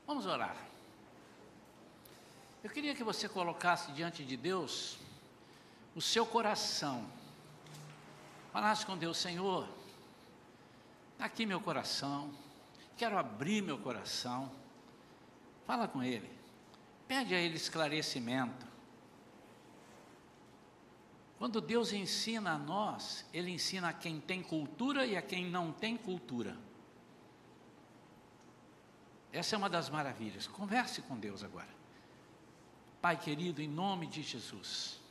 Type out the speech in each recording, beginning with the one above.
Vamos orar. Eu queria que você colocasse diante de Deus o seu coração. Falasse com Deus: Senhor, está aqui meu coração, quero abrir meu coração. Fala com Ele, pede a Ele esclarecimento. Quando Deus ensina a nós, Ele ensina a quem tem cultura e a quem não tem cultura. Essa é uma das maravilhas. Converse com Deus agora. Pai querido, em nome de Jesus,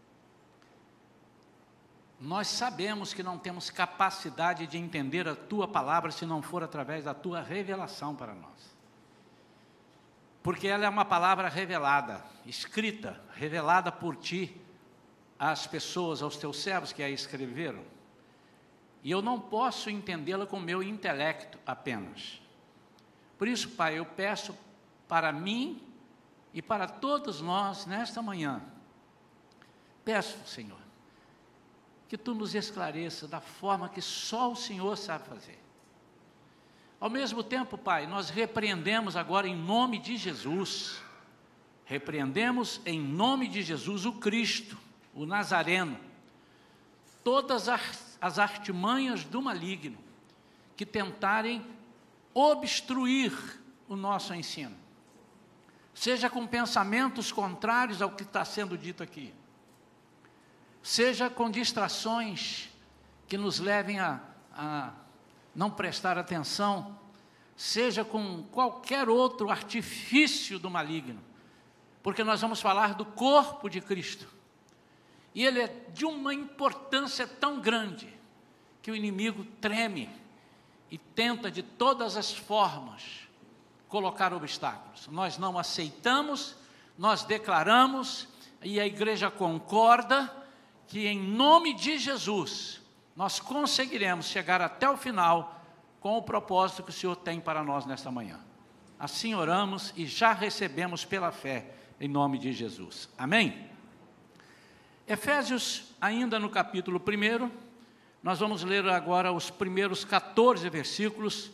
nós sabemos que não temos capacidade de entender a Tua palavra se não for através da Tua revelação para nós. Porque ela é uma palavra revelada, escrita, revelada por Ti às pessoas, aos Teus servos que a escreveram. E eu não posso entendê-la com o meu intelecto apenas. Por isso, Pai, eu peço para mim e para todos nós nesta manhã, peço, Senhor, que Tu nos esclareça da forma que só o Senhor sabe fazer. Ao mesmo tempo, Pai, nós repreendemos agora em nome de Jesus, repreendemos em nome de Jesus o Cristo, o Nazareno, todas as artimanhas do maligno que tentarem obstruir o nosso ensino, seja com pensamentos contrários ao que está sendo dito aqui, seja com distrações que nos levem a não prestar atenção, seja com qualquer outro artifício do maligno, porque nós vamos falar do corpo de Cristo, e ele é de uma importância tão grande, que o inimigo treme, e tenta de todas as formas colocar obstáculos. Nós não aceitamos, nós declaramos, e a igreja concorda, que em nome de Jesus, nós conseguiremos chegar até o final, com o propósito que o Senhor tem para nós nesta manhã. Assim oramos e já recebemos pela fé, em nome de Jesus. Amém? Efésios, ainda no capítulo 1, nós vamos ler agora os primeiros 14 versículos.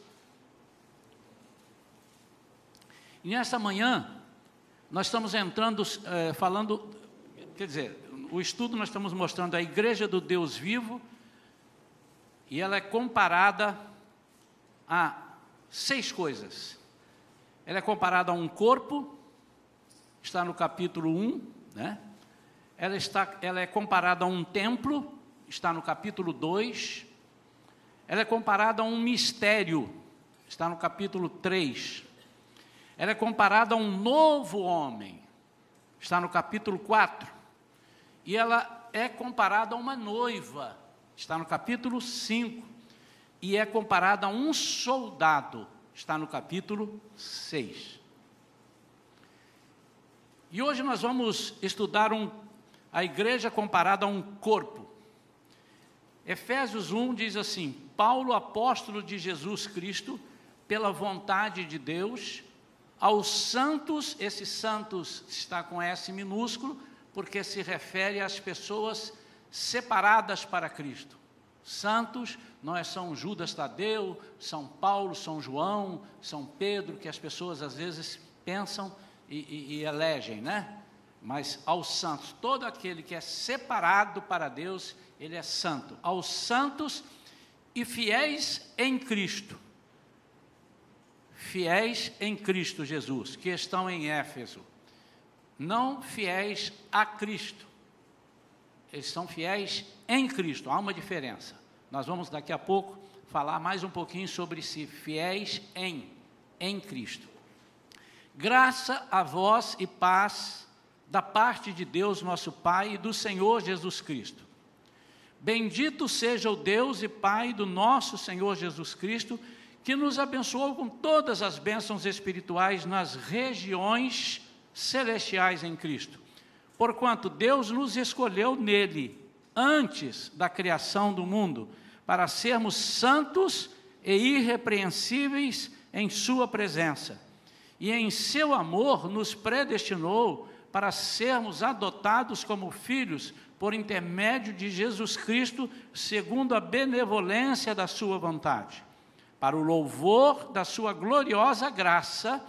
E nesta manhã, nós estamos entrando, falando, quer dizer, o estudo nós estamos mostrando a igreja do Deus vivo, e ela é comparada a 6 coisas. Ela é comparada a um corpo, está no capítulo 1, né? Ela é comparada a um templo, está no capítulo 2, ela é comparada a um mistério, está no capítulo 3, ela é comparada a um novo homem, está no capítulo 4, e ela é comparada a uma noiva, está no capítulo 5, e é comparada a um soldado, está no capítulo 6. E hoje nós vamos estudar a igreja comparada a um corpo. Efésios 1 diz assim: Paulo, apóstolo de Jesus Cristo, pela vontade de Deus, aos santos, esse santos está com S minúsculo, porque se refere às pessoas separadas para Cristo. Santos não é São Judas Tadeu, São Paulo, São João, São Pedro, que as pessoas às vezes pensam e elegem, né? Mas aos santos, todo aquele que é separado para Deus, ele é santo. Aos santos e fiéis em Cristo. Fiéis em Cristo Jesus, que estão em Éfeso. Não fiéis a Cristo. Eles são fiéis em Cristo, há uma diferença. Nós vamos daqui a pouco falar mais um pouquinho sobre si, fiéis em Cristo. Graça a vós e paz da parte de Deus nosso Pai e do Senhor Jesus Cristo. Bendito seja o Deus e Pai do nosso Senhor Jesus Cristo, que nos abençoou com todas as bênçãos espirituais nas regiões celestiais em Cristo. Porquanto Deus nos escolheu nele, antes da criação do mundo, para sermos santos e irrepreensíveis em sua presença. E em seu amor nos predestinou para sermos adotados como filhos por intermédio de Jesus Cristo, segundo a benevolência da sua vontade, para o louvor da sua gloriosa graça,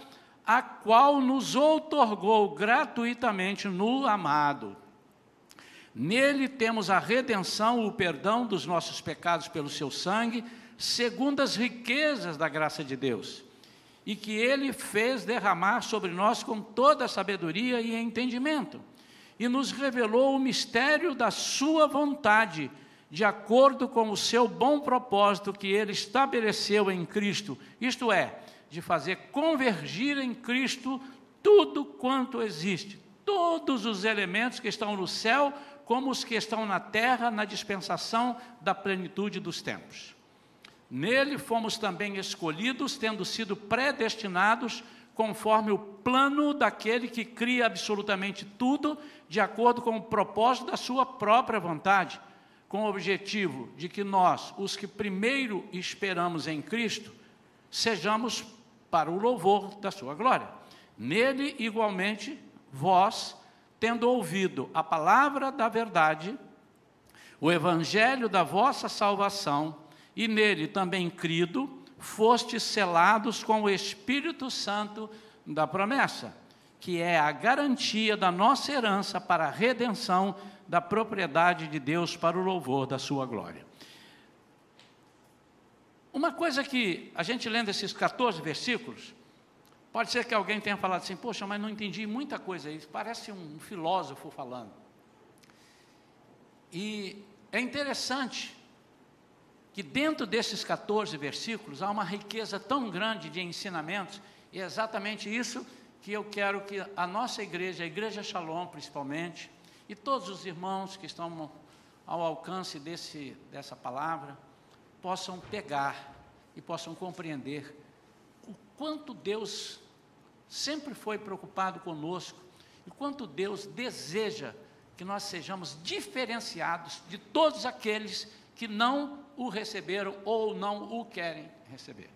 a qual nos outorgou gratuitamente no amado. Nele temos a redenção, o perdão dos nossos pecados pelo seu sangue, segundo as riquezas da graça de Deus, e que Ele fez derramar sobre nós com toda a sabedoria e entendimento, e nos revelou o mistério da sua vontade, de acordo com o seu bom propósito que Ele estabeleceu em Cristo, isto é, de fazer convergir em Cristo tudo quanto existe, todos os elementos que estão no céu, como os que estão na terra, na dispensação da plenitude dos tempos. Nele fomos também escolhidos, tendo sido predestinados, conforme o plano daquele que cria absolutamente tudo, de acordo com o propósito da sua própria vontade, com o objetivo de que nós, os que primeiro esperamos em Cristo, sejamos para o louvor da sua glória. Nele, igualmente, vós, tendo ouvido a palavra da verdade, o evangelho da vossa salvação, e nele também crido, fostes selados com o Espírito Santo da promessa, que é a garantia da nossa herança para a redenção da propriedade de Deus para o louvor da sua glória. Uma coisa que a gente lendo esses 14 versículos, pode ser que alguém tenha falado assim, poxa, mas não entendi muita coisa aí, parece um filósofo falando. E é interessante que dentro desses 14 versículos há uma riqueza tão grande de ensinamentos, e é exatamente isso que eu quero que a nossa igreja, a Igreja Shalom principalmente, e todos os irmãos que estão ao alcance dessa palavra, possam pegar e possam compreender o quanto Deus sempre foi preocupado conosco, e quanto Deus deseja que nós sejamos diferenciados de todos aqueles que não o receberam ou não o querem receber.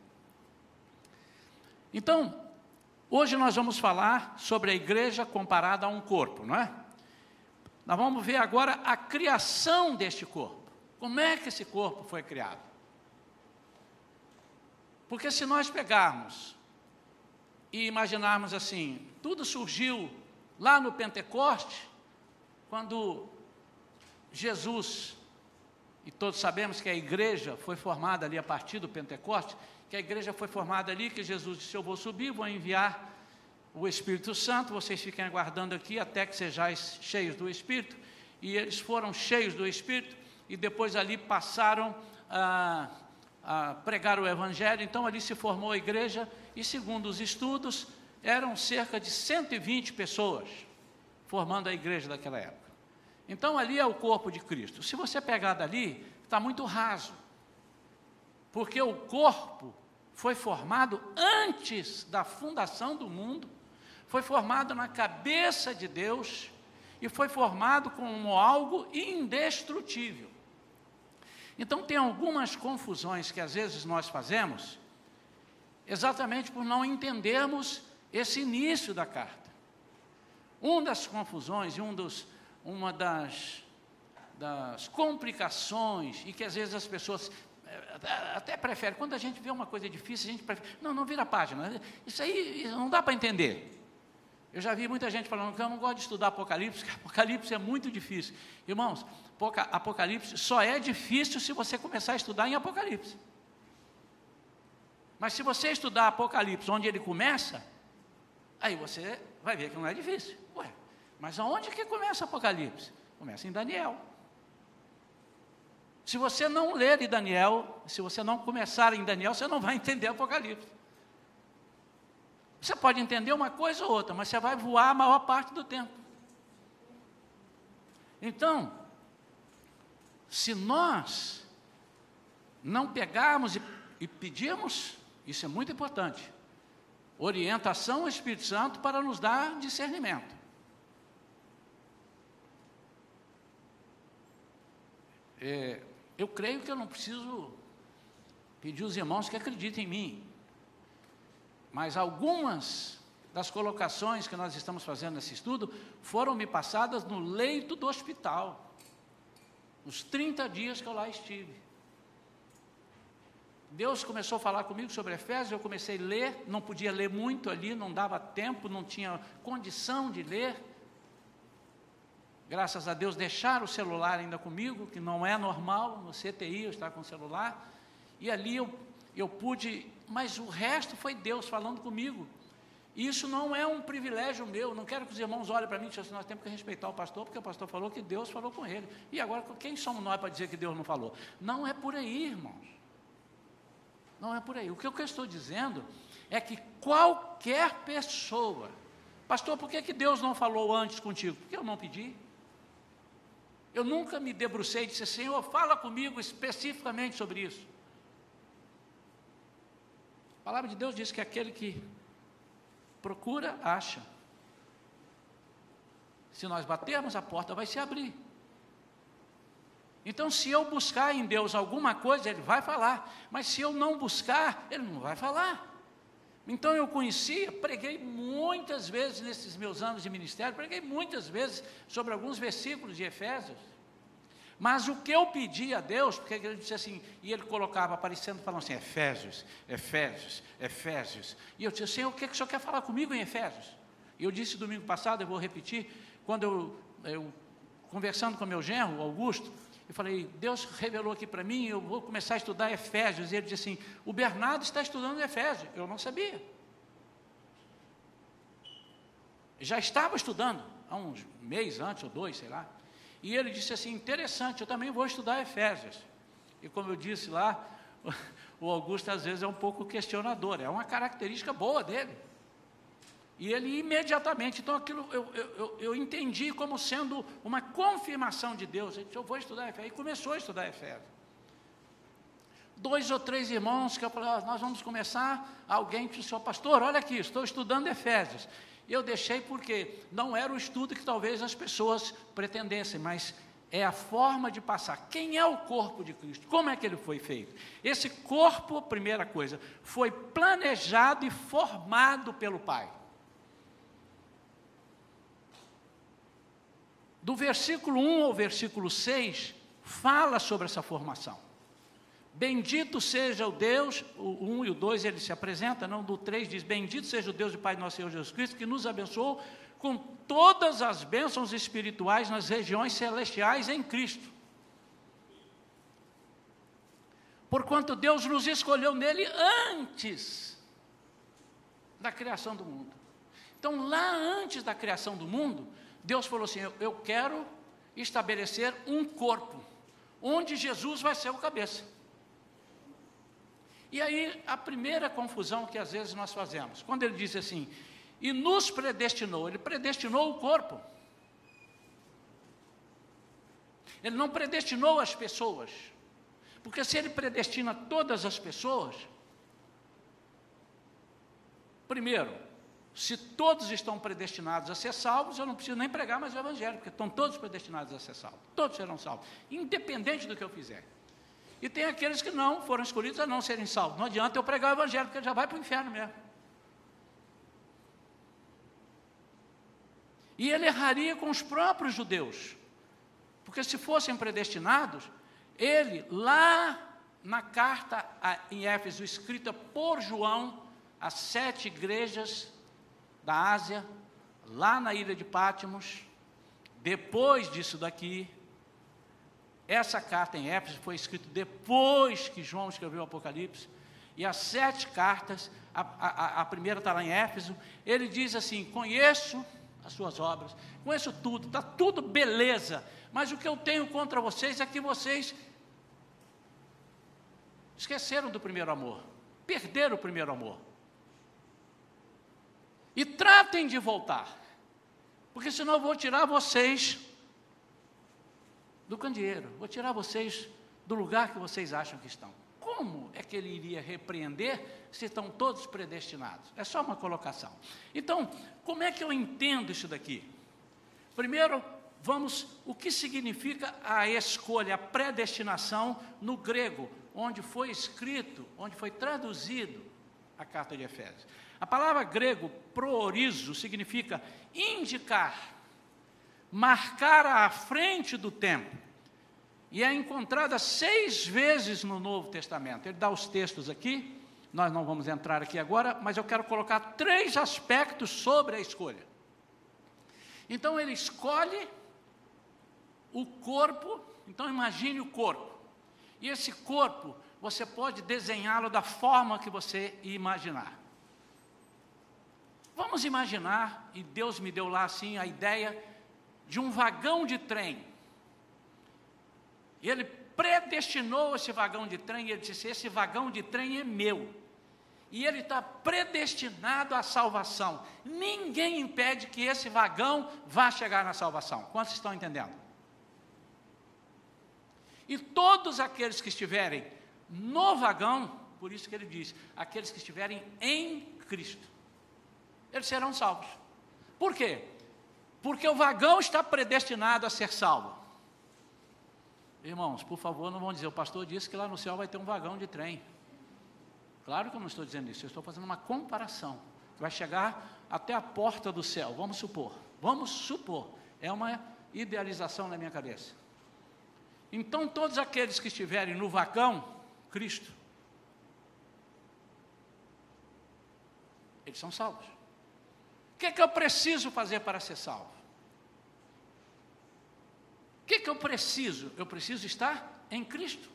Então, hoje nós vamos falar sobre a igreja comparada a um corpo, não é? Nós vamos ver agora a criação deste corpo. Como é que esse corpo foi criado? Porque se nós pegarmos e imaginarmos assim, tudo surgiu lá no Pentecoste, quando Jesus, e todos sabemos que a igreja foi formada ali a partir do Pentecoste, que a igreja foi formada ali, que Jesus disse, eu vou subir, vou enviar o Espírito Santo, vocês fiquem aguardando aqui até que sejais cheios do Espírito, e eles foram cheios do Espírito, e depois ali passaram a pregar o Evangelho, então ali se formou a igreja, e segundo os estudos, eram cerca de 120 pessoas, formando a igreja daquela época. Então ali é o corpo de Cristo. Se você pegar dali, está muito raso, porque o corpo foi formado antes da fundação do mundo, foi formado na cabeça de Deus, e foi formado como algo indestrutível. Então tem algumas confusões que às vezes nós fazemos, exatamente por não entendermos esse início da carta. Uma das confusões e uma das complicações, e que às vezes as pessoas até preferem, quando a gente vê uma coisa difícil, a gente prefere, não vira a página, isso aí não dá para entender. Eu já vi muita gente falando que eu não gosto de estudar Apocalipse, porque Apocalipse é muito difícil. Irmãos, Apocalipse só é difícil se você começar a estudar em Apocalipse. Mas se você estudar Apocalipse onde ele começa, aí você vai ver que não é difícil. Ué, mas aonde que começa Apocalipse? Começa em Daniel. Se você não ler em Daniel, se você não começar em Daniel, você não vai entender Apocalipse. Você pode entender uma coisa ou outra, mas você vai voar a maior parte do tempo. Então, se nós não pegarmos e pedirmos, isso é muito importante, orientação ao Espírito Santo para nos dar discernimento. Eu creio que eu não preciso pedir aos irmãos que acreditem em mim, mas algumas das colocações que nós estamos fazendo nesse estudo foram me passadas no leito do hospital, nos 30 dias que eu lá estive. Deus começou a falar comigo sobre Efésios, eu comecei a ler, não podia ler muito ali, não dava tempo, não tinha condição de ler. Graças a Deus deixaram o celular ainda comigo, que não é normal, no CTI eu estar com o celular, e ali eu pude, mas o resto foi Deus falando comigo. E isso não é um privilégio meu, não quero que os irmãos olhem para mim e digam assim, nós temos que respeitar o pastor, porque o pastor falou que Deus falou com ele. E agora, quem somos nós para dizer que Deus não falou? Não é por aí, irmãos. Não é por aí. O que eu estou dizendo é que qualquer pessoa, pastor, por que Deus não falou antes contigo? Porque eu não pedi. Eu nunca me debrucei e disse, Senhor, fala comigo especificamente sobre isso. A palavra de Deus diz que aquele que procura, acha. Se nós batermos, a porta vai se abrir. Então, se eu buscar em Deus alguma coisa, Ele vai falar. Mas se eu não buscar, Ele não vai falar. Então, eu conhecia, preguei muitas vezes nesses meus anos de ministério, preguei muitas vezes sobre alguns versículos de Efésios. Mas o que eu pedi a Deus, porque ele disse assim, e ele colocava, aparecendo, falando assim, Efésios, Efésios, Efésios. E eu disse, Senhor, o que o Senhor quer falar comigo em Efésios? E eu disse domingo passado, eu vou repetir, quando eu conversando com meu genro, o Augusto, eu falei, Deus revelou aqui para mim, eu vou começar a estudar Efésios. E ele disse assim, o Bernardo está estudando Efésios. Eu não sabia. Já estava estudando, há uns meses antes, ou 2, sei lá. E ele disse assim, interessante, eu também vou estudar Efésios. E como eu disse lá, o Augusto às vezes é um pouco questionador, é uma característica boa dele. E ele imediatamente, então aquilo eu entendi como sendo uma confirmação de Deus. Ele disse, eu vou estudar Efésios. E começou a estudar Efésios. 2 ou 3 irmãos que eu falei, nós vamos começar, alguém que disse, pastor, olha aqui, estou estudando Efésios. Eu deixei porque não era o estudo que talvez as pessoas pretendessem, mas é a forma de passar. Quem é o corpo de Cristo? Como é que ele foi feito? Esse corpo, primeira coisa, foi planejado e formado pelo Pai. Do versículo 1 ao versículo 6, fala sobre essa formação. Bendito seja o Deus, o 1 e o 2 ele se apresenta, não, do 3 diz, bendito seja o Deus e Pai de nosso Senhor Jesus Cristo, que nos abençoou com todas as bênçãos espirituais nas regiões celestiais em Cristo. Porquanto Deus nos escolheu nele antes da criação do mundo. Então, lá antes da criação do mundo, Deus falou assim, eu quero estabelecer um corpo, onde Jesus vai ser o cabeça. E aí, a primeira confusão que às vezes nós fazemos, quando ele diz assim, e nos predestinou, ele predestinou o corpo. Ele não predestinou as pessoas, porque se ele predestina todas as pessoas, primeiro, se todos estão predestinados a ser salvos, eu não preciso nem pregar mais o Evangelho, porque estão todos predestinados a ser salvos, todos serão salvos, independente do que eu fizer. E tem aqueles que não foram escolhidos a não serem salvos. Não adianta eu pregar o Evangelho, porque ele já vai para o inferno mesmo. E ele erraria com os próprios judeus, porque se fossem predestinados, ele, lá na carta em Éfeso, escrita por João, às 7 igrejas da Ásia, lá na ilha de Pátimos, depois disso daqui, essa carta em Éfeso foi escrita depois que João escreveu o Apocalipse, e as 7 cartas, a primeira está lá em Éfeso, ele diz assim, conheço as suas obras, conheço tudo, está tudo beleza, mas o que eu tenho contra vocês é que vocês esqueceram do primeiro amor, perderam o primeiro amor, e tratem de voltar, porque senão eu vou tirar vocês do candeeiro, vou tirar vocês do lugar que vocês acham que estão. Como é que ele iria repreender se estão todos predestinados? É só uma colocação. Então, como é que eu entendo isso daqui? Primeiro, o que significa a escolha, a predestinação no grego, onde foi escrito, onde foi traduzido a carta de Efésios. A palavra grego, proorizo, significa indicar, marcar à frente do tempo. e é encontrada 6 vezes no Novo Testamento. Ele dá os textos aqui, nós não vamos entrar aqui agora, mas eu quero colocar 3 aspectos sobre a escolha. Então ele escolhe o corpo, então imagine o corpo, e esse corpo você pode desenhá-lo da forma que você imaginar. Vamos imaginar, e Deus me deu lá assim a ideia de um vagão de trem. E Ele predestinou esse vagão de trem, e Ele disse, esse vagão de trem é meu. E ele está predestinado à salvação. Ninguém impede que esse vagão vá chegar na salvação. Quantos estão entendendo? E todos aqueles que estiverem no vagão, por isso que ele diz, aqueles que estiverem em Cristo, eles serão salvos. Por quê? Porque o vagão está predestinado a ser salvo. Irmãos, por favor, não vão dizer, o pastor disse que lá no céu vai ter um vagão de trem. Claro que eu não estou dizendo isso, eu estou fazendo uma comparação. Vai chegar até a porta do céu, vamos supor, é uma idealização na minha cabeça. Então, todos aqueles que estiverem no vagão, Cristo, eles são salvos. O que é que eu preciso fazer para ser salvo? O que é que eu preciso? Eu preciso estar em Cristo.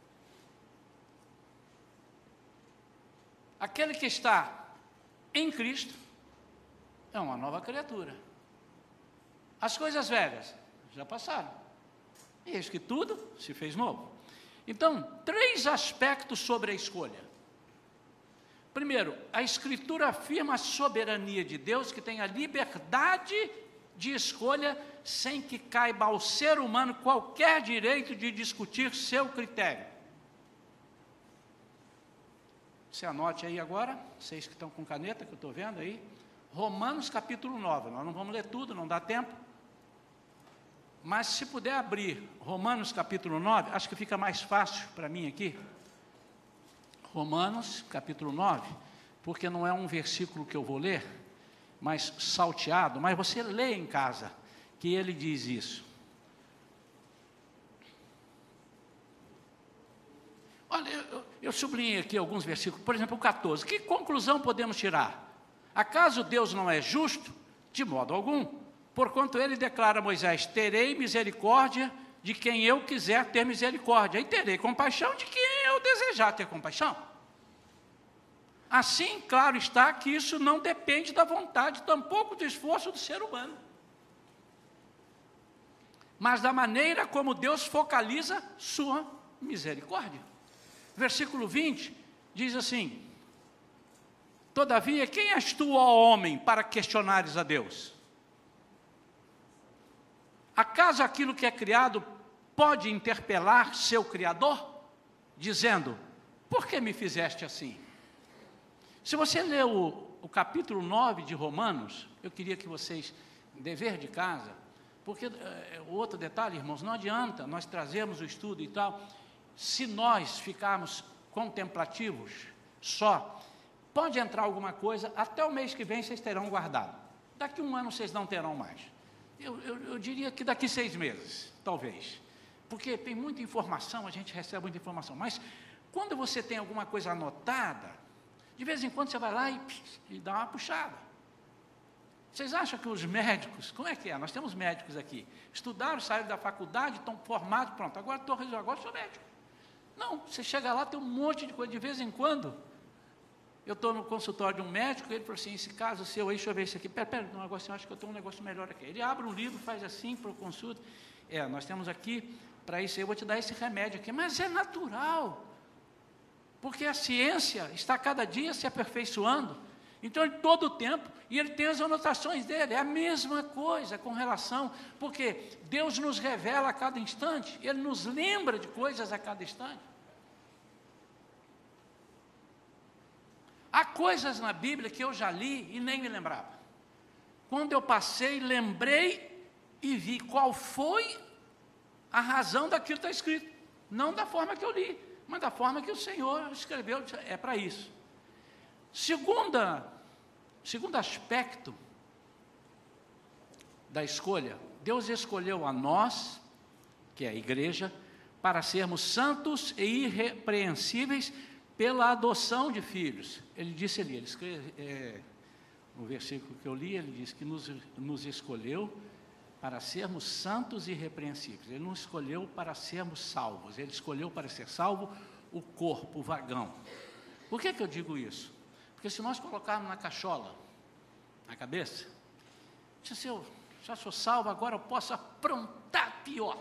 Aquele que está em Cristo é uma nova criatura. As coisas velhas já passaram. E eis que tudo se fez novo. Então, 3 aspectos sobre a escolha. Primeiro, a Escritura afirma a soberania de Deus, que tem a liberdade de escolha, sem que caiba ao ser humano qualquer direito de discutir seu critério. Você anote aí agora, vocês que estão com caneta, que eu estou vendo aí, Romanos capítulo 9, nós não vamos ler tudo, não dá tempo, mas se puder abrir Romanos capítulo 9, acho que fica mais fácil para mim aqui, Romanos capítulo 9, porque não é um versículo que eu vou ler, mas salteado, mas você lê em casa, que ele diz isso. Olha, eu sublinhei aqui alguns versículos, por exemplo, o 14. Que conclusão podemos tirar? Acaso Deus não é justo? De modo algum. Porquanto ele declara a Moisés, terei misericórdia de quem eu quiser ter misericórdia, e terei compaixão de quem eu desejar ter compaixão. Assim, claro está que isso não depende da vontade, tampouco do esforço do ser humano, mas da maneira como Deus focaliza sua misericórdia. Versículo 20 diz assim, todavia, quem és tu, ó homem, para questionares a Deus? Acaso aquilo que é criado pode interpelar seu Criador, dizendo, por que me fizeste assim? Se você ler o capítulo 9 de Romanos, eu queria que vocês, dever de casa, porque outro detalhe, irmãos, não adianta nós trazermos o estudo e tal, se nós ficarmos contemplativos só, pode entrar alguma coisa, até o mês que vem vocês terão guardado, daqui 1 ano vocês não terão mais. Eu diria que daqui 6 meses, talvez, porque tem muita informação, a gente recebe muita informação, mas quando você tem alguma coisa anotada, de vez em quando você vai lá e dá uma puxada. Vocês acham que os médicos, como é que é? Nós temos médicos aqui, estudaram, saíram da faculdade, estão formados, pronto, agora sou médico. Não, você chega lá, tem um monte de coisa, de vez em quando, eu estou no consultório de um médico, ele falou assim, esse caso seu aí, deixa eu ver isso aqui, pera, um negócio, eu acho que eu tenho um negócio melhor aqui. Ele abre um livro, faz assim, para o consulta, nós temos aqui, para isso eu vou te dar esse remédio aqui, mas é natural, porque a ciência está cada dia se aperfeiçoando, então ele todo o tempo, e ele tem as anotações dele, é a mesma coisa com relação, porque Deus nos revela a cada instante, Ele nos lembra de coisas a cada instante. Há coisas na Bíblia que eu já li e nem me lembrava. Quando eu passei, lembrei e vi qual foi a razão daquilo que está escrito, não da forma que eu li, mas da forma que o Senhor escreveu, é para isso. Segundo aspecto da escolha, Deus escolheu a nós, que é a igreja, para sermos santos e irrepreensíveis pela adoção de filhos. Ele disse ali, no versículo que eu li, ele diz que nos escolheu para sermos santos e irrepreensíveis. Ele não escolheu para sermos salvos, ele escolheu para ser salvo o corpo, o vagão. Por que eu digo isso? Porque se nós colocarmos na cachola, na cabeça, se eu já sou salvo, agora eu posso aprontar pior,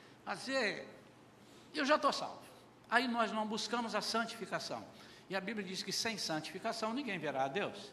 eu já estou salvo. Aí nós não buscamos a santificação. E a Bíblia diz que sem santificação ninguém verá a Deus.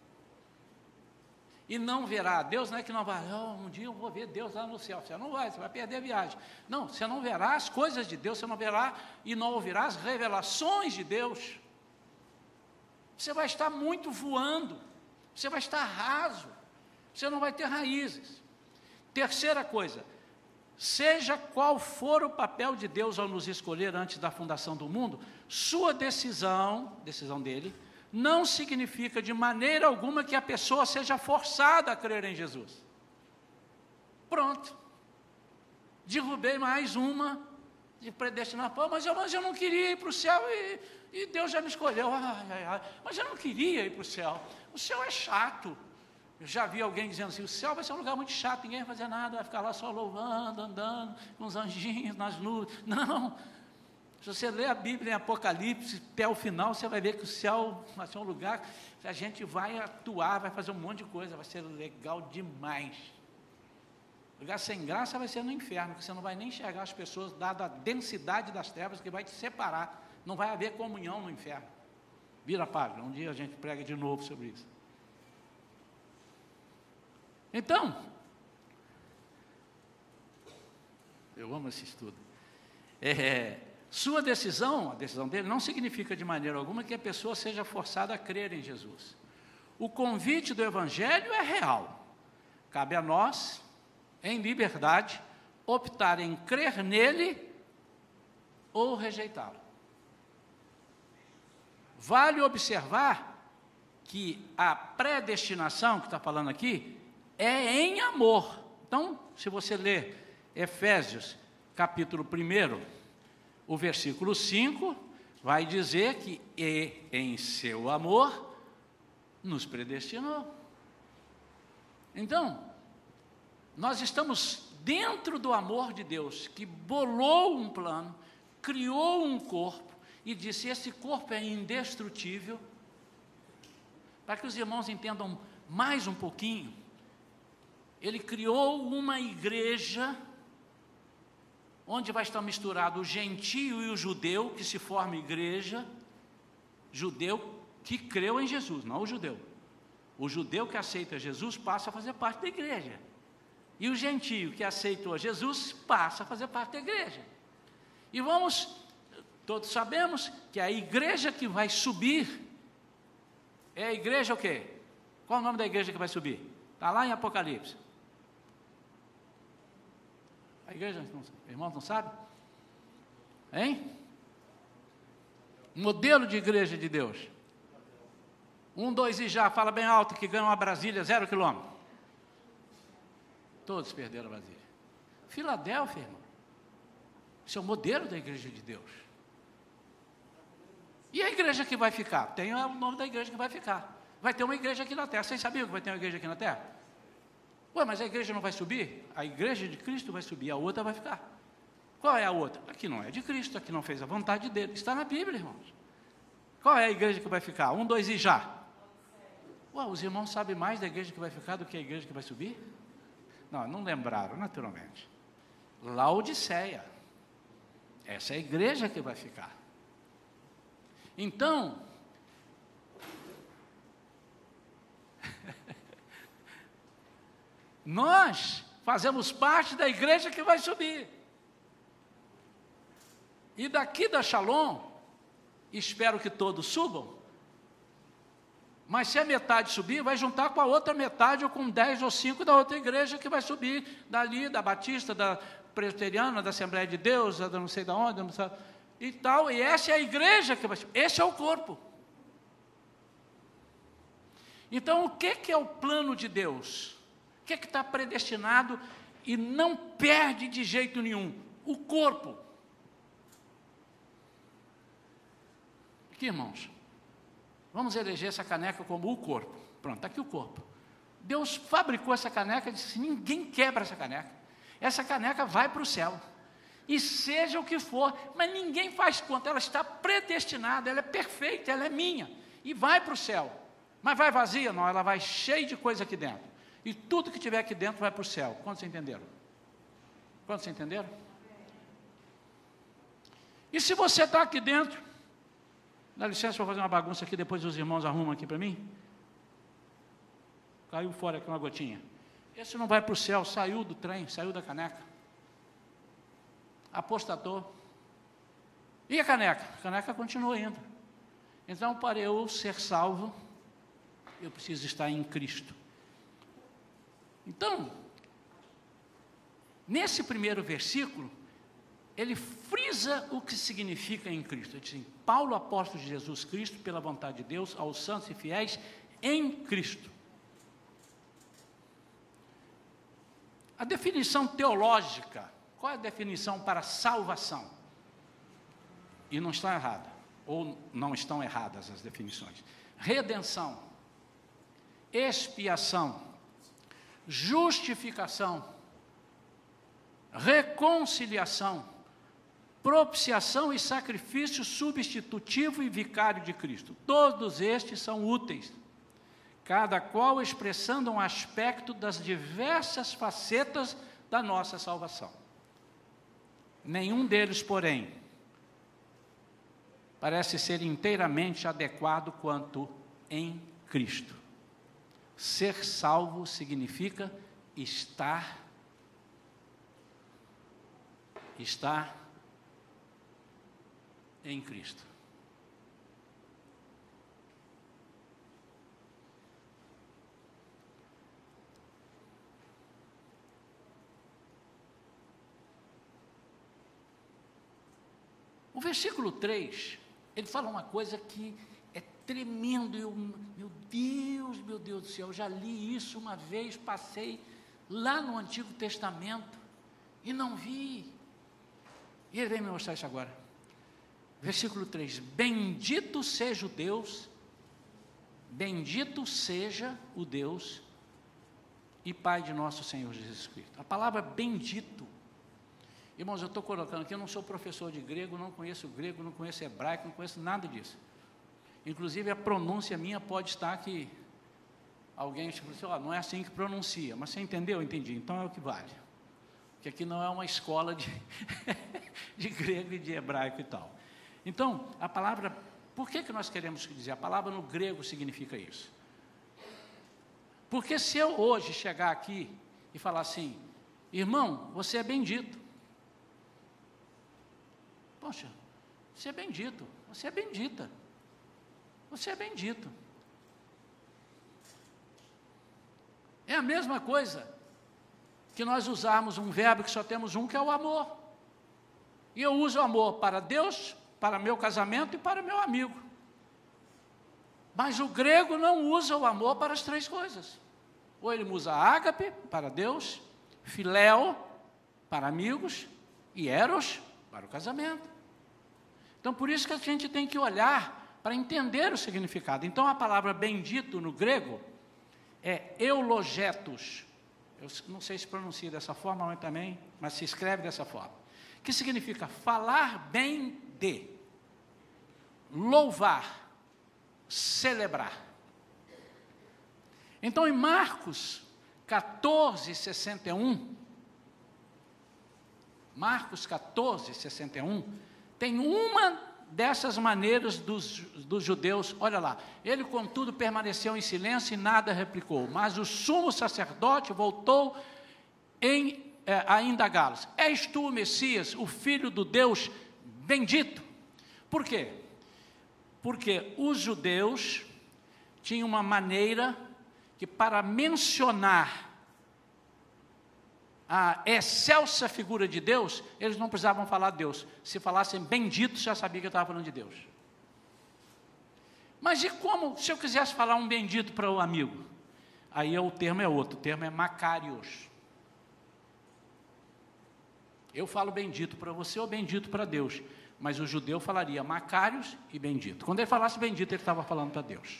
E não verá a Deus, não é que não vai, um dia eu vou ver Deus lá no céu. Você não vai, você vai perder a viagem. Não, você não verá as coisas de Deus, você não verá e não ouvirá as revelações de Deus. Você vai estar muito voando, você vai estar raso, você não vai ter raízes. Terceira coisa, seja qual for o papel de Deus ao nos escolher antes da fundação do mundo, sua decisão dele, não significa de maneira alguma que a pessoa seja forçada a crer em Jesus. Pronto. Derrubei mais uma de predestinar. Mas eu não queria ir para o céu e Deus já me escolheu. Mas eu não queria ir para o céu. O céu é chato. Eu já vi alguém dizendo assim, o céu vai ser um lugar muito chato, ninguém vai fazer nada, vai ficar lá só louvando, andando, com os anjinhos nas nuvens. Não. Se você ler a Bíblia em Apocalipse, até o final, você vai ver que o céu vai ser um lugar que a gente vai atuar, vai fazer um monte de coisa, vai ser legal demais. Lugar sem graça vai ser no inferno, porque você não vai nem enxergar as pessoas, dada a densidade das trevas que vai te separar. Não vai haver comunhão no inferno. Vira a página, um dia a gente prega de novo sobre isso. Então, eu amo esse estudo. Sua decisão, a decisão dele, não significa de maneira alguma que a pessoa seja forçada a crer em Jesus. O convite do Evangelho é real. Cabe a nós, em liberdade, optar em crer nele ou rejeitá-lo. Vale observar que a predestinação, que está falando aqui, é em amor. Então, se você ler Efésios, capítulo 1, o versículo 5, vai dizer que em seu amor nos predestinou. Então, nós estamos dentro do amor de Deus, que bolou um plano, criou um corpo e disse, esse corpo é indestrutível. Para que os irmãos entendam mais um pouquinho, ele criou uma igreja onde vai estar misturado o gentio e o judeu, que se forma igreja, judeu que creu em Jesus, não o judeu. O judeu que aceita Jesus passa a fazer parte da igreja. E o gentio que aceitou Jesus passa a fazer parte da igreja. E todos sabemos que a igreja que vai subir, é a igreja o quê? Qual o nome da igreja que vai subir? Está lá em Apocalipse. A igreja, irmãos, não sabe? Hein? Modelo de igreja de Deus. 1, 2 e já, fala bem alto que ganha uma Brasília 0 quilômetro. Todos perderam a Brasília. Filadélfia, irmão. Isso é o modelo da igreja de Deus. E a igreja que vai ficar? Tem o nome da igreja que vai ficar. Vai ter uma igreja aqui na terra. Vocês sabiam que vai ter uma igreja aqui na terra? Ué, mas a igreja não vai subir? A igreja de Cristo vai subir, a outra vai ficar. Qual é a outra? A que não é de Cristo, a que não fez a vontade dele. Está na Bíblia, irmãos. Qual é a igreja que vai ficar? 1, 2 e já. Ué, os irmãos sabem mais da igreja que vai ficar do que a igreja que vai subir? Não lembraram, naturalmente. Laodiceia. Essa é a igreja que vai ficar. Então, nós fazemos parte da igreja que vai subir. E daqui da Shalom, espero que todos subam, mas se a metade subir, vai juntar com a outra metade, ou com 10 ou 5 da outra igreja que vai subir dali, da Batista, da Presbiteriana, da Assembleia de Deus, da não sei de onde, não sei, e tal, e essa é a igreja que vai subir, esse é o corpo. Então, o que é o plano de Deus? O que está predestinado e não perde de jeito nenhum? O corpo. Aqui, irmãos, vamos eleger essa caneca como o corpo. Pronto, está aqui o corpo. Deus fabricou essa caneca e disse assim, ninguém quebra essa caneca. Essa caneca vai para o céu. E seja o que for, mas ninguém faz conta, ela está predestinada, ela é perfeita, ela é minha. E vai para o céu. Mas vai vazia? Não, ela vai cheia de coisa aqui dentro. E tudo que tiver aqui dentro vai para o céu. Quantos entenderam? Quantos entenderam? E se você está aqui dentro, dá licença, vou fazer uma bagunça aqui, depois os irmãos arrumam aqui para mim. Caiu fora aqui uma gotinha. Esse não vai para o céu, saiu do trem, saiu da caneca. Apostatou. E a caneca? A caneca continua indo. Então, para eu ser salvo, eu preciso estar em Cristo. Então, nesse primeiro versículo, ele frisa o que significa em Cristo. Ele diz assim, Paulo, apóstolo de Jesus Cristo, pela vontade de Deus, aos santos e fiéis em Cristo. A definição teológica, qual é a definição para salvação? E não está errada, ou não estão erradas as definições. Redenção, expiação, justificação, reconciliação, propiciação e sacrifício substitutivo e vicário de Cristo. Todos estes são úteis, cada qual expressando um aspecto das diversas facetas da nossa salvação. Nenhum deles, porém, parece ser inteiramente adequado quanto em Cristo. Ser salvo significa estar em Cristo. O versículo 3, ele fala uma coisa que é tremendo. Meu Deus do céu, eu já li isso uma vez, passei lá no Antigo Testamento e não vi. E ele vem me mostrar isso agora. Versículo 3, bendito seja o Deus e Pai de nosso Senhor Jesus Cristo. A palavra bendito, irmãos, eu estou colocando aqui, eu não sou professor de grego, não conheço grego, não conheço hebraico, não conheço nada disso. Inclusive a pronúncia minha pode estar que alguém tipo assim, não é assim que pronuncia, mas você entendeu? Entendi, então é o que vale. Porque aqui não é uma escola de grego e de hebraico e tal. Então, a palavra, por que nós queremos dizer? A palavra no grego significa isso. Porque se eu hoje chegar aqui e falar assim, irmão, você é bendito. Poxa, você é bendito, você é bendita. Você é bendito. É a mesma coisa que nós usarmos um verbo que só temos um, que é o amor. E eu uso o amor para Deus, para meu casamento e para meu amigo. Mas o grego não usa o amor para as três coisas. Ou ele usa ágape para Deus, filéu para amigos e eros para o casamento. Então, por isso que a gente tem que olhar para entender o significado. Então, a palavra bendito no grego é eulogetos. Eu não sei se pronuncia dessa forma também, mas se escreve dessa forma. Que significa falar bem de, louvar, celebrar. Então, em Marcos 14:61, tem uma dessas maneiras dos judeus, olha lá, ele contudo permaneceu em silêncio e nada replicou, mas o sumo sacerdote voltou a indagá-los, és tu o Messias, o Filho do Deus bendito? Por quê? Porque os judeus tinham uma maneira que para mencionar a excelsa figura de Deus, eles não precisavam falar Deus. Se falassem bendito, já sabia que eu estava falando de Deus. Mas e como, se eu quisesse falar um bendito para o amigo? Aí o termo é outro, o termo é Macarios. Eu falo bendito para você ou bendito para Deus, mas o judeu falaria Macários e bendito. Quando ele falasse bendito, ele estava falando para Deus.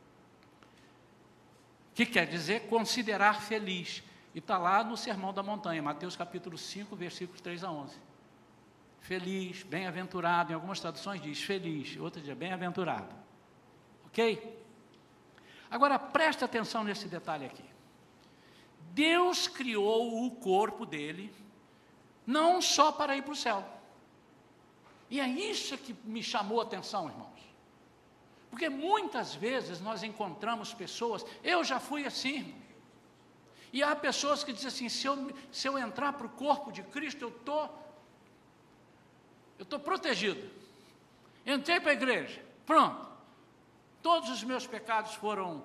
Que quer dizer considerar feliz. E está lá no Sermão da Montanha, Mateus capítulo 5, versículos 3 a 11. Feliz, bem-aventurado, em algumas traduções diz feliz, outras diz bem-aventurado. Ok? Agora, preste atenção nesse detalhe aqui. Deus criou o corpo dele, não só para ir para o céu. E é isso que me chamou a atenção, irmãos. Porque muitas vezes nós encontramos pessoas, eu já fui assim, irmãos. E há pessoas que dizem assim, se eu entrar para o corpo de Cristo, eu estou protegido. Entrei para a igreja, pronto. Todos os meus pecados foram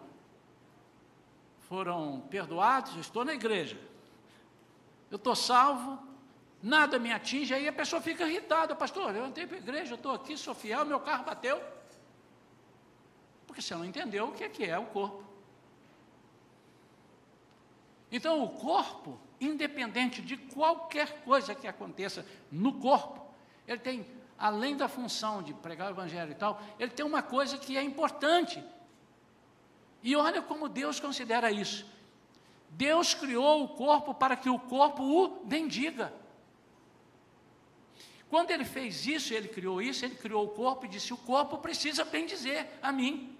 perdoados, eu estou na igreja. Eu estou salvo, nada me atinge, aí a pessoa fica irritada. Pastor, eu entrei para a igreja, eu estou aqui, sou fiel, meu carro bateu. Porque você não entendeu o que é o corpo. Então, o corpo, independente de qualquer coisa que aconteça no corpo, ele tem, além da função de pregar o evangelho e tal, ele tem uma coisa que é importante. E olha como Deus considera isso. Deus criou o corpo para que o corpo o bendiga. Quando ele fez isso, ele criou o corpo e disse, o corpo precisa bendizer a mim.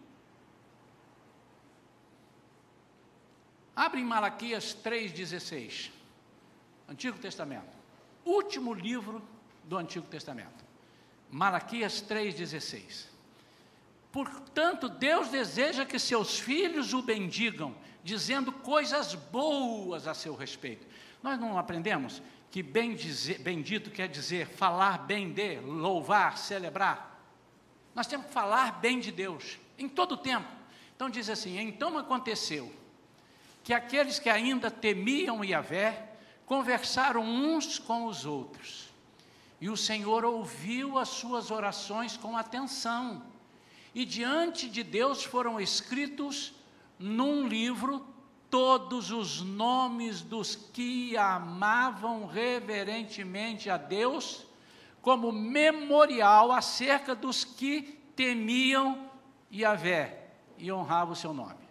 Abre em Malaquias 3,16, Antigo Testamento, último livro do Antigo Testamento, Malaquias 3,16. Portanto, Deus deseja que seus filhos o bendigam, dizendo coisas boas a seu respeito. Nós não aprendemos que bendito quer dizer falar bem de, louvar, celebrar? Nós temos que falar bem de Deus, em todo o tempo. Então diz assim, então aconteceu que aqueles que ainda temiam Yahvé, conversaram uns com os outros, e o Senhor ouviu as suas orações com atenção, e diante de Deus foram escritos num livro todos os nomes dos que amavam reverentemente a Deus, como memorial acerca dos que temiam Yahvé e honravam o seu nome.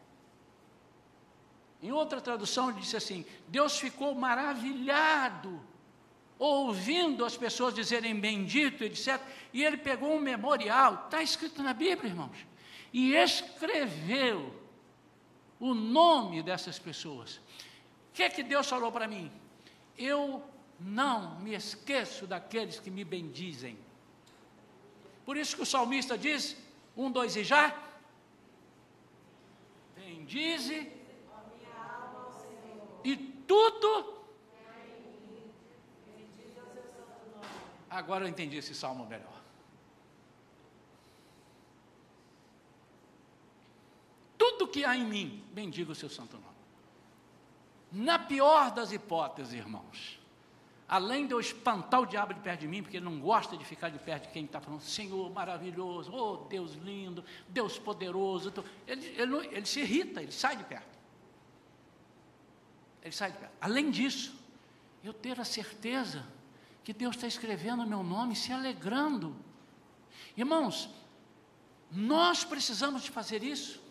Em outra tradução, ele disse assim, Deus ficou maravilhado, ouvindo as pessoas dizerem bendito, etc. E ele pegou um memorial, está escrito na Bíblia, irmãos, e escreveu o nome dessas pessoas. O que é que Deus falou para mim? Eu não me esqueço daqueles que me bendizem. Por isso que o salmista diz, 1, 2 e já, bendize e tudo. Agora eu entendi esse salmo melhor. Tudo que há em mim, bendiga o seu santo nome. Na pior das hipóteses, irmãos, além de eu espantar o diabo de perto de mim, porque ele não gosta de ficar de perto de quem está falando, Senhor maravilhoso, oh Deus lindo, Deus poderoso, ele se irrita, ele sai de perto. Ele sai de perto. Além disso, eu ter a certeza que Deus está escrevendo o meu nome, se alegrando. Irmãos, nós precisamos de fazer isso.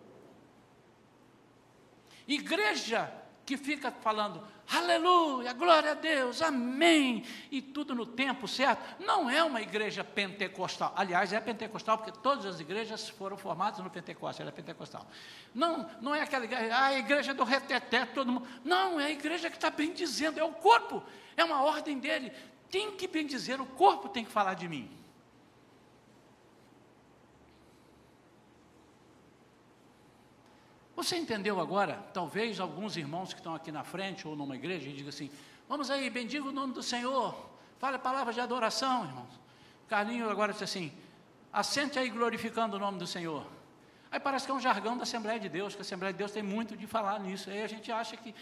Igreja que fica falando, aleluia, glória a Deus, amém, e tudo no tempo certo, não é uma igreja pentecostal. Aliás, é pentecostal porque todas as igrejas foram formadas no Pentecostes, ela é pentecostal. Não é aquela igreja, a igreja do reteté, todo mundo. Não, é a igreja que está bem dizendo, é o corpo, é uma ordem dele, tem que bem dizer, o corpo tem que falar de mim. Você entendeu agora? Talvez alguns irmãos que estão aqui na frente ou numa igreja digam assim, vamos aí, bendiga o nome do Senhor, fale palavras de adoração, irmãos. Carlinho agora disse assim, assente aí glorificando o nome do Senhor. Aí parece que é um jargão da Assembleia de Deus, que a Assembleia de Deus tem muito de falar nisso, aí a gente acha que...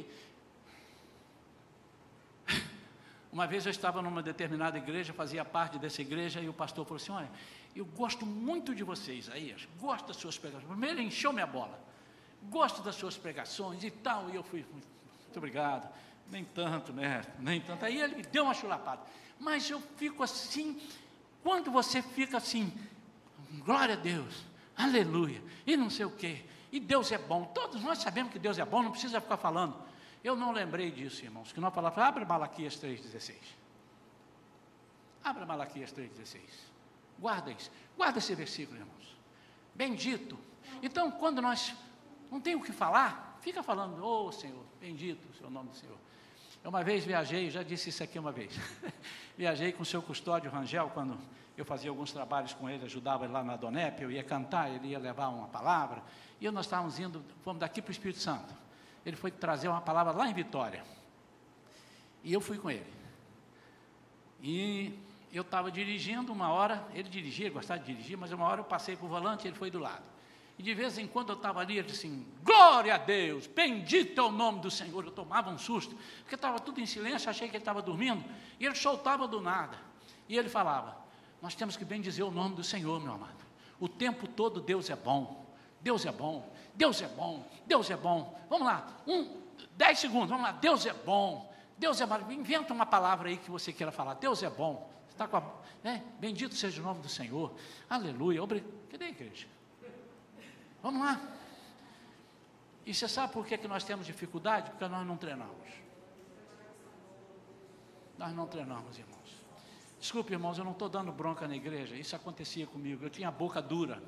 Uma vez eu estava numa determinada igreja, fazia parte dessa igreja, e o pastor falou assim, olha, eu gosto muito de vocês, aí, gosto das suas pregações. Primeiro ele encheu minha bola. Gosto das suas pregações e tal, e eu fui, muito obrigado, nem tanto, né? Nem tanto. Aí ele me deu uma chulapada. Mas eu fico assim, quando você fica assim, glória a Deus, aleluia, e não sei o quê, e Deus é bom, todos nós sabemos que Deus é bom, não precisa ficar falando. Eu não lembrei disso, irmãos, que nós falávamos, abre Malaquias 3,16. Abra Malaquias 3,16. Guarda isso, guarda esse versículo, irmãos. Bendito. Então, quando nós não tem o que falar, fica falando, ô Senhor, bendito o seu nome do Senhor. Eu uma vez viajei, já disse isso aqui uma vez, viajei com o seu custódio Rangel, quando eu fazia alguns trabalhos com ele, ajudava ele lá na Donep, eu ia cantar, ele ia levar uma palavra, e nós estávamos indo, fomos daqui para o Espírito Santo. Ele foi trazer uma palavra lá em Vitória, e eu fui com ele. E eu estava dirigindo uma hora, ele dirigia, gostava de dirigir, mas uma hora eu passei para o volante e ele foi do lado. E de vez em quando eu estava ali, ele disse assim, glória a Deus, bendito é o nome do Senhor. Eu tomava um susto, porque estava tudo em silêncio, achei que ele estava dormindo, e ele soltava do nada. E ele falava, nós temos que bendizer o nome do Senhor, meu amado. O tempo todo Deus é bom, Deus é bom, Deus é bom, Deus é bom. Vamos lá, 10 segundos, vamos lá, Deus é bom, Deus é maravilhoso. Inventa uma palavra aí que você queira falar, Deus é bom. Está com bendito seja o nome do Senhor, aleluia. Cadê a igreja? Vamos lá. E você sabe por que nós temos dificuldade? Porque nós não treinamos. Nós não treinamos, irmãos. Desculpe, irmãos, eu não estou dando bronca na igreja. Isso acontecia comigo. Eu tinha boca dura.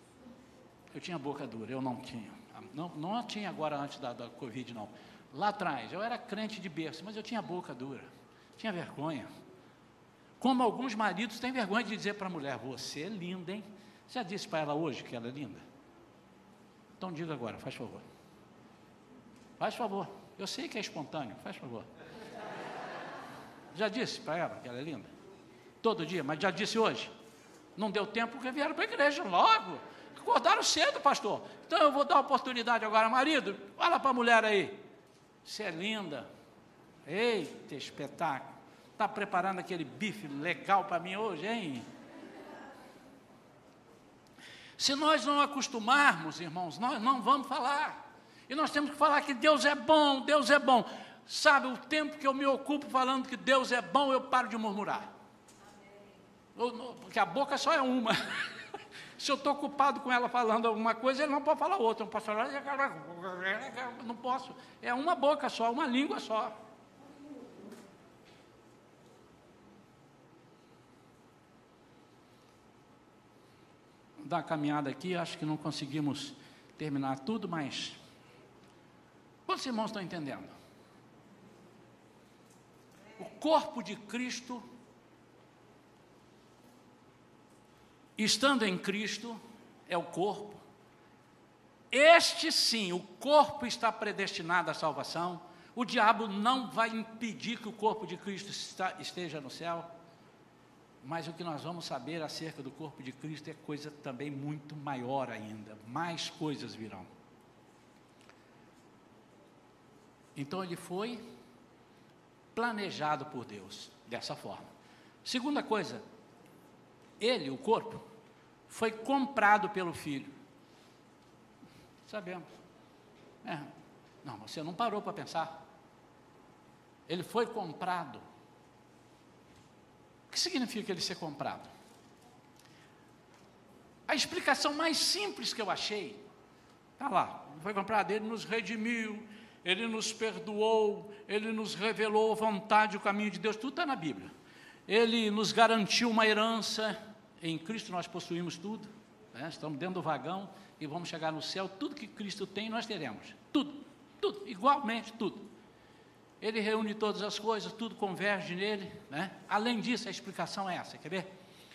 Eu não tinha. Não tinha agora antes da Covid, não. Lá atrás, eu era crente de berço, mas eu tinha boca dura. Tinha vergonha. Como alguns maridos têm vergonha de dizer para a mulher, você é linda, hein? Você já disse para ela hoje que ela é linda? Então diga agora, faz favor. Faz favor. Eu sei que é espontâneo, faz favor. Já disse para ela que ela é linda? Todo dia, mas já disse hoje? Não deu tempo porque vieram para a igreja logo. Acordaram cedo, pastor. Então eu vou dar oportunidade agora, marido. Fala para a mulher aí. Você é linda. Eita, espetáculo. Está preparando aquele bife legal para mim hoje, hein? Se nós não acostumarmos, irmãos, nós não vamos falar. E nós temos que falar que Deus é bom, Deus é bom. Sabe, o tempo que eu me ocupo falando que Deus é bom, eu paro de murmurar. Porque a boca só é uma. Se eu estou ocupado com ela falando alguma coisa, ele não pode falar outra. Eu não posso falar, não posso. É uma boca só, uma língua só. Dar uma caminhada aqui, acho que não conseguimos terminar tudo, mas quantos irmãos estão entendendo? O corpo de Cristo, estando em Cristo, é o corpo. Este sim, o corpo está predestinado à salvação. O diabo não vai impedir que o corpo de Cristo esteja no céu. Mas o que nós vamos saber acerca do corpo de Cristo é coisa também muito maior ainda. Mais coisas virão. Então ele foi planejado por Deus dessa forma. Segunda coisa, ele, o corpo, foi comprado pelo Filho. Sabemos. Não, você não parou para pensar. Ele foi comprado. O que significa ele ser comprado? A explicação mais simples que eu achei, está lá, foi comprado, ele nos redimiu, ele nos perdoou, ele nos revelou a vontade e o caminho de Deus, tudo está na Bíblia. Ele nos garantiu uma herança, em Cristo nós possuímos tudo, né? Estamos dentro do vagão e vamos chegar no céu, tudo que Cristo tem nós teremos, tudo, igualmente tudo. Ele reúne todas as coisas, tudo converge nele, né? Além disso, a explicação é essa, quer ver?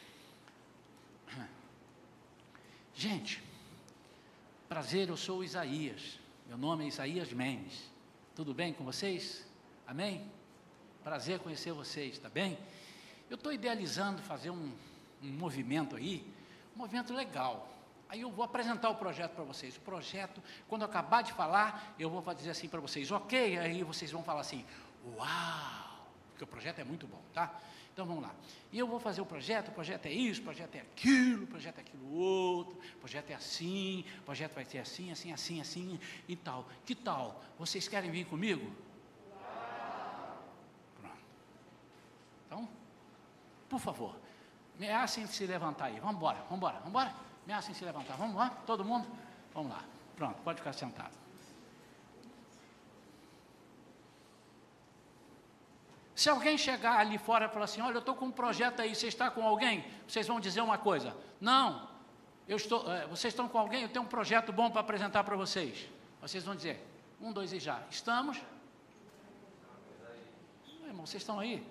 Gente, prazer, eu sou o Isaías, meu nome é Isaías Mendes, tudo bem com vocês? Amém? Prazer conhecer vocês, tá bem? Eu estou idealizando fazer um movimento aí, um movimento legal. Aí eu vou apresentar o projeto para vocês. O projeto, quando eu acabar de falar, eu vou dizer assim para vocês, ok? Aí vocês vão falar assim, uau! Porque o projeto é muito bom, tá? Então vamos lá. E eu vou fazer o projeto é isso, o projeto é aquilo, o projeto é aquilo outro, o projeto é assim, o projeto vai ser assim, assim, assim, assim e tal. Que tal? Vocês querem vir comigo? por favor, ameacem se levantar aí, vamos embora, ameacem se levantar, vamos lá, todo mundo? Vamos lá, pronto, pode ficar sentado. Se alguém chegar ali fora e falar assim, olha, eu estou com um projeto aí, você está com alguém? Vocês vão dizer uma coisa, não, vocês estão com alguém, eu tenho um projeto bom para apresentar para vocês. Vocês vão dizer, 1, 2 e já, estamos? Irmão, vocês estão aí?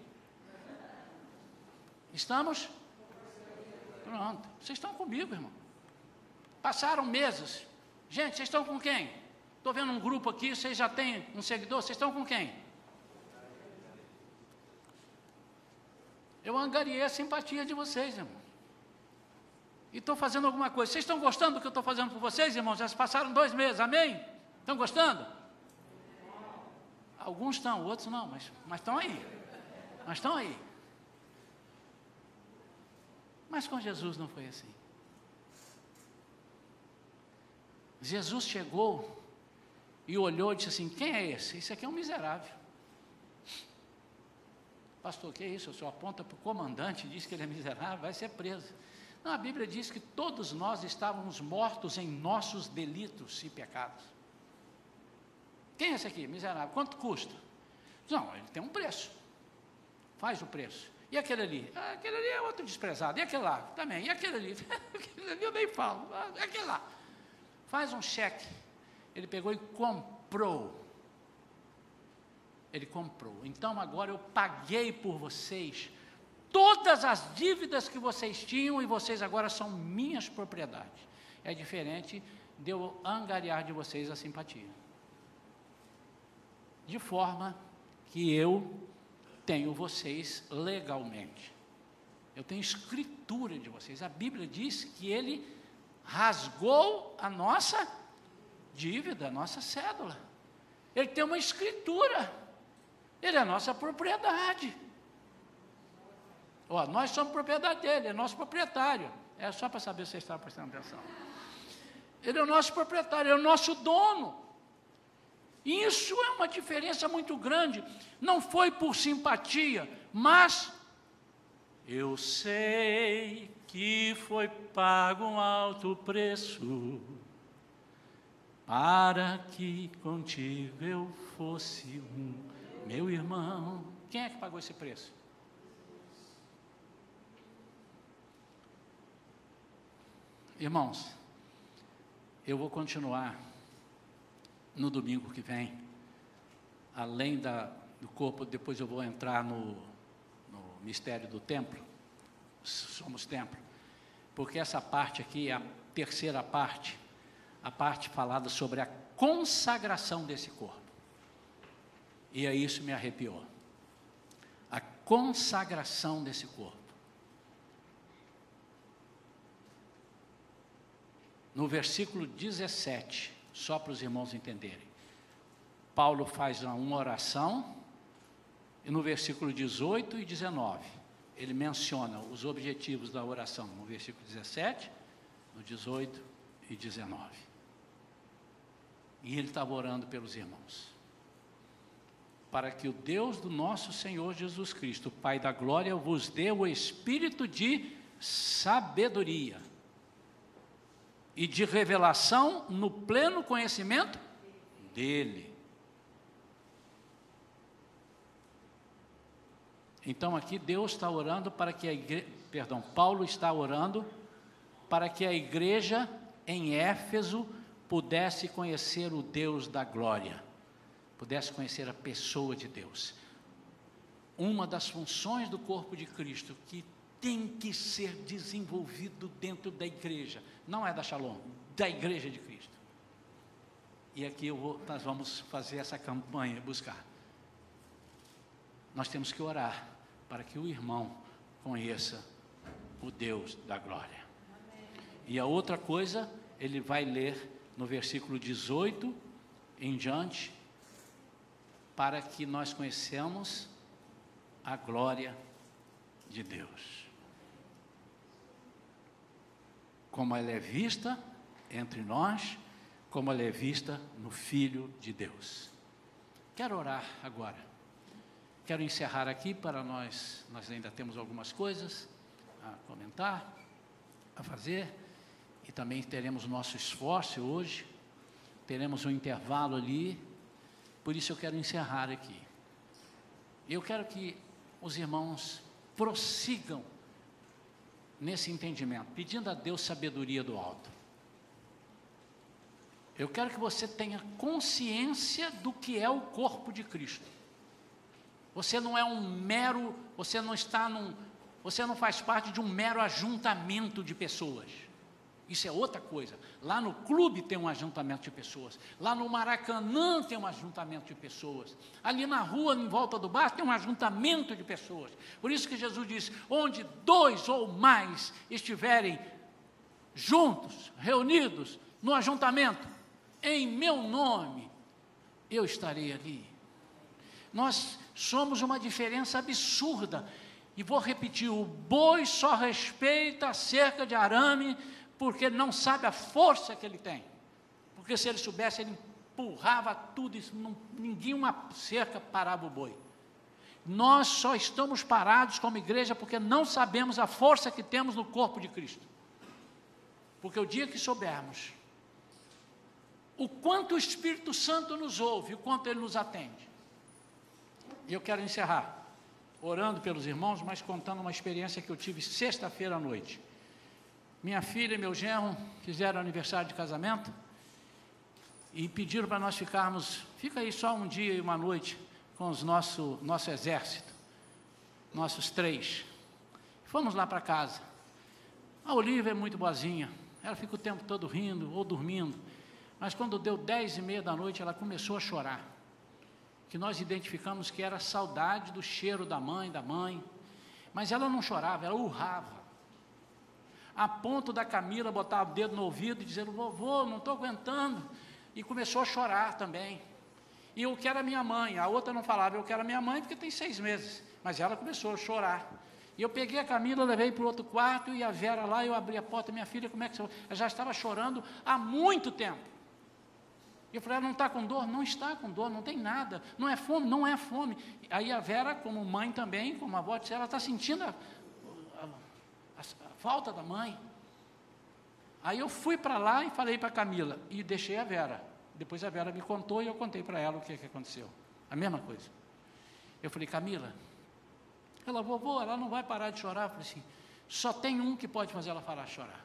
Estamos? Pronto, vocês estão comigo, irmão. Passaram meses. Gente, vocês estão com quem? Estou vendo um grupo aqui, vocês já têm um seguidor, vocês estão com quem? Eu angariei a simpatia de vocês, irmão. E estou fazendo alguma coisa. Vocês estão gostando do que eu estou fazendo por vocês, irmãos? Já se passaram 2 meses, amém? Estão gostando? Alguns estão, outros não, mas estão aí. Mas com Jesus não foi assim. Jesus chegou e olhou e disse assim, quem é esse? Esse aqui é um miserável. Pastor, que é isso? O senhor aponta para o comandante e diz que ele é miserável, vai ser preso. Não, a Bíblia diz que todos nós estávamos mortos em nossos delitos e pecados. Quem é esse aqui? Miserável. Quanto custa? Não, ele tem um preço. Faz o preço. E aquele ali? Ah, aquele ali é outro desprezado. E aquele lá? Também. E aquele ali? Aquele ali eu nem falo. Ah, aquele lá. Faz um cheque. Ele pegou e comprou. Ele comprou. Então agora eu paguei por vocês todas as dívidas que vocês tinham e vocês agora são minhas propriedades. É diferente de eu angariar de vocês a simpatia. De forma que eu tenho vocês legalmente. Eu tenho escritura de vocês. A Bíblia diz que ele rasgou a nossa dívida, a nossa cédula. Ele tem uma escritura. Ele é a nossa propriedade. Nós somos propriedade dele, é nosso proprietário. É só para saber se você está prestando atenção. Ele é o nosso proprietário, é o nosso dono. E isso é uma diferença muito grande. Não foi por simpatia, mas eu sei que foi pago um alto preço para que contigo eu fosse meu irmão. Quem é que pagou esse preço? Irmãos, eu vou continuar no domingo que vem, além do corpo, depois eu vou entrar no mistério do templo, somos templo, porque essa parte aqui é a terceira parte, a parte falada sobre a consagração desse corpo, e aí isso me arrepiou, a consagração desse corpo. No versículo 17, só para os irmãos entenderem, Paulo faz uma oração, e no versículo 18 e 19, ele menciona os objetivos da oração, no versículo 17, no 18 e 19. E ele estava orando pelos irmãos, para que o Deus do nosso Senhor Jesus Cristo, Pai da glória, vos dê o espírito de sabedoria e de revelação no pleno conhecimento dele. Então aqui Deus está orando para que Paulo está orando para que a igreja em Éfeso pudesse conhecer o Deus da glória, pudesse conhecer a pessoa de Deus. Uma das funções do corpo de Cristo que tem que ser desenvolvido dentro da igreja, não é da Shalom, da igreja de Cristo. E aqui nós vamos fazer essa campanha, buscar. Nós temos que orar para que o irmão conheça o Deus da glória. Amém. E a outra coisa, ele vai ler no versículo 18 em diante, para que nós conheçamos a glória de Deus, como ela é vista entre nós, como ela é vista no Filho de Deus. Quero orar agora. quero encerrar aqui para nós ainda temos algumas coisas a comentar, a fazer, e também teremos nosso esforço hoje, teremos um intervalo ali, por isso eu quero encerrar aqui. Eu quero que os irmãos prossigam nesse entendimento, pedindo a Deus sabedoria do alto. Eu quero que você tenha consciência do que é o corpo de Cristo. Você não é você não faz parte de um mero ajuntamento de pessoas. Isso é outra coisa. Lá no clube tem um ajuntamento de pessoas. Lá no Maracanã tem um ajuntamento de pessoas. Ali na rua, em volta do bar, tem um ajuntamento de pessoas. Por isso que Jesus diz, onde 2 ou mais estiverem juntos, reunidos, no ajuntamento, em meu nome, eu estarei ali. Nós somos uma diferença absurda. E vou repetir, o boi só respeita a cerca de arame, porque não sabe a força que ele tem. Porque se ele soubesse, ele empurrava tudo, ninguém uma cerca parava o boi. Nós só estamos parados como igreja porque não sabemos a força que temos no corpo de Cristo. Porque o dia que soubermos o quanto o Espírito Santo nos ouve, o quanto ele nos atende. E eu quero encerrar orando pelos irmãos, mas contando uma experiência que eu tive sexta-feira à noite. Minha filha e meu genro fizeram aniversário de casamento e pediram para nós fica aí só um dia e uma noite com o nosso exército, nossos 3. Fomos lá para casa. A Olivia é muito boazinha, ela fica o tempo todo rindo ou dormindo, mas quando deu 10h30 da noite, ela começou a chorar, que nós identificamos que era saudade do cheiro da mãe, mas ela não chorava, ela urrava, a ponto da Camila botar o dedo no ouvido e dizer, vovô, não estou aguentando, e começou a chorar também. E eu quero a minha mãe, a outra não falava, eu quero a minha mãe porque tem 6 meses, mas ela começou a chorar. E eu peguei a Camila, levei para o outro quarto, e a Vera lá, eu abri a porta, minha filha, como é que você... Ela já estava chorando há muito tempo. E eu falei, ela não está com dor? Não está com dor, não tem nada, não é fome, não é fome. Aí a Vera, como mãe também, como avó, disse, ela está sentindo a falta da mãe. Aí eu fui para lá e falei para a Camila, e deixei a Vera. Depois a Vera me contou e eu contei para ela o que aconteceu. A mesma coisa. Eu falei, Camila, ela, vovô, ela não vai parar de chorar. Eu falei assim, só tem um que pode fazer ela parar de chorar.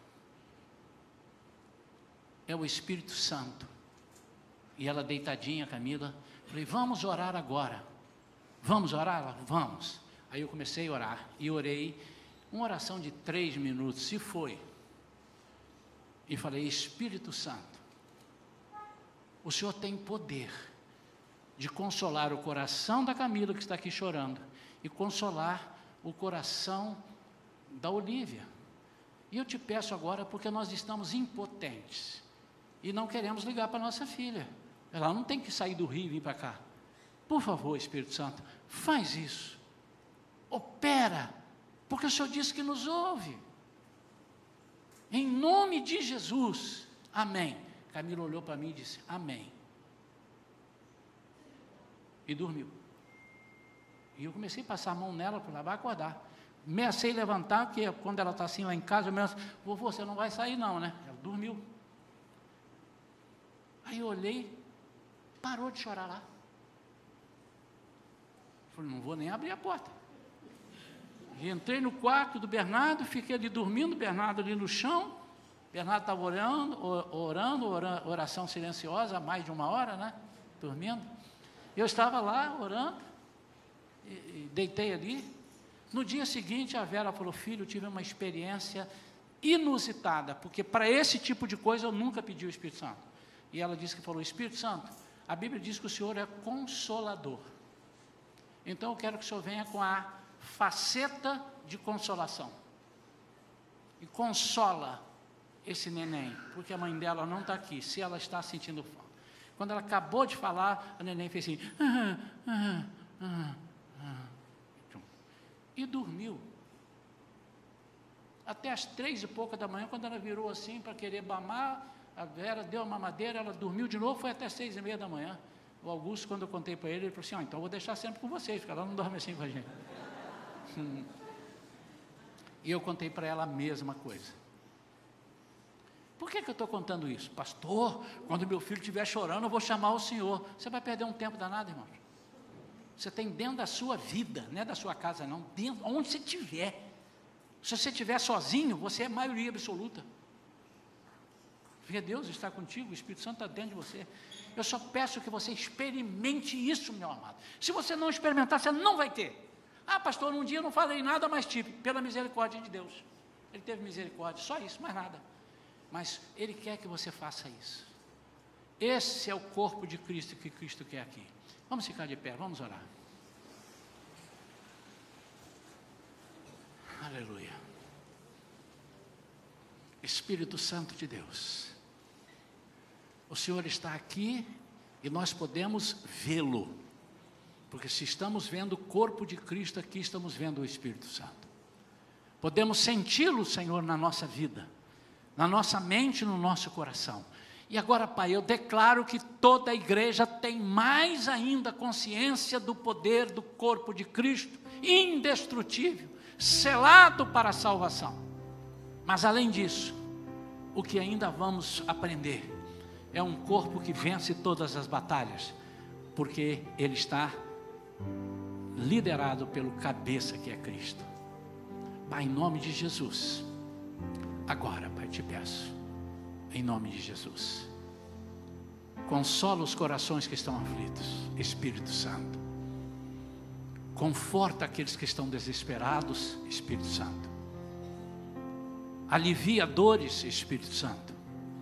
É o Espírito Santo. E ela deitadinha, Camila, falei, vamos orar agora. Vamos orar? Ela, vamos. Aí eu comecei a orar, e orei, uma oração de 3 minutos, se foi. E falei, Espírito Santo, o Senhor tem poder de consolar o coração da Camila, que está aqui chorando, e consolar o coração da Olívia. E eu te peço agora, porque nós estamos impotentes, e não queremos ligar para nossa filha. Ela não tem que sair do Rio e vir para cá. Por favor, Espírito Santo, faz isso. Opera, porque o Senhor disse que nos ouve. Em nome de Jesus, amém. Camila olhou para mim e disse, amém. E dormiu. E eu comecei a passar a mão nela, para ela vai acordar. Comecei a levantar, porque quando ela está assim lá em casa, eu me disse, vovô, você não vai sair não, né? Ela dormiu. Aí eu olhei, parou de chorar lá. Falei, não vou nem abrir a porta. E entrei no quarto do Bernardo, fiquei ali dormindo, Bernardo ali no chão. Bernardo estava orando, oração silenciosa, há mais de 1 hora, né? Dormindo. Eu estava lá orando, e deitei ali. No dia seguinte, a Vera falou, filho, eu tive uma experiência inusitada, porque para esse tipo de coisa eu nunca pedi o Espírito Santo. E ela disse que falou, Espírito Santo, a Bíblia diz que o Senhor é consolador. Então eu quero que o Senhor venha com a faceta de consolação. E consola esse neném, porque a mãe dela não está aqui, se ela está sentindo falta. Quando ela acabou de falar, a neném fez assim, e dormiu. Até as 3 e pouca da manhã, quando ela virou assim para querer mamar, a Vera deu a mamadeira, ela dormiu de novo, foi até 6h30 da manhã. O Augusto, quando eu contei para ele, ele falou assim, então eu vou deixar sempre com vocês, porque ela não dorme assim com a gente. E eu contei para ela a mesma coisa. Por que eu estou contando isso? Pastor, quando meu filho estiver chorando, eu vou chamar o senhor. Você vai perder um tempo danado, irmão. Você tem dentro da sua vida, não é da sua casa não, dentro, onde você estiver. Se você estiver sozinho, você é maioria absoluta. Porque Deus está contigo, o Espírito Santo está dentro de você. Eu só peço que você experimente isso, meu amado. Se você não experimentar, você não vai ter. Ah, pastor, um dia eu não falei nada, mas tive, pela misericórdia de Deus. Ele teve misericórdia, só isso, mais nada. Mas Ele quer que você faça isso. Esse é o corpo de Cristo que Cristo quer aqui. Vamos ficar de pé, vamos orar. Aleluia. Espírito Santo de Deus, o Senhor está aqui e nós podemos vê-lo, porque se estamos vendo o corpo de Cristo aqui, estamos vendo o Espírito Santo. Podemos senti-lo, Senhor, na nossa vida, na nossa mente, no nosso coração. E agora, Pai, eu declaro que toda a igreja tem mais ainda consciência do poder do corpo de Cristo, indestrutível, selado para a salvação. Mas além disso, o que ainda vamos aprender é um corpo que vence todas as batalhas, porque ele está liderado pelo cabeça que é Cristo. Pai, em nome de Jesus, agora, Pai, te peço, em nome de Jesus, consola os corações que estão aflitos, Espírito Santo. Conforta aqueles que estão desesperados, Espírito Santo. Alivia dores, Espírito Santo.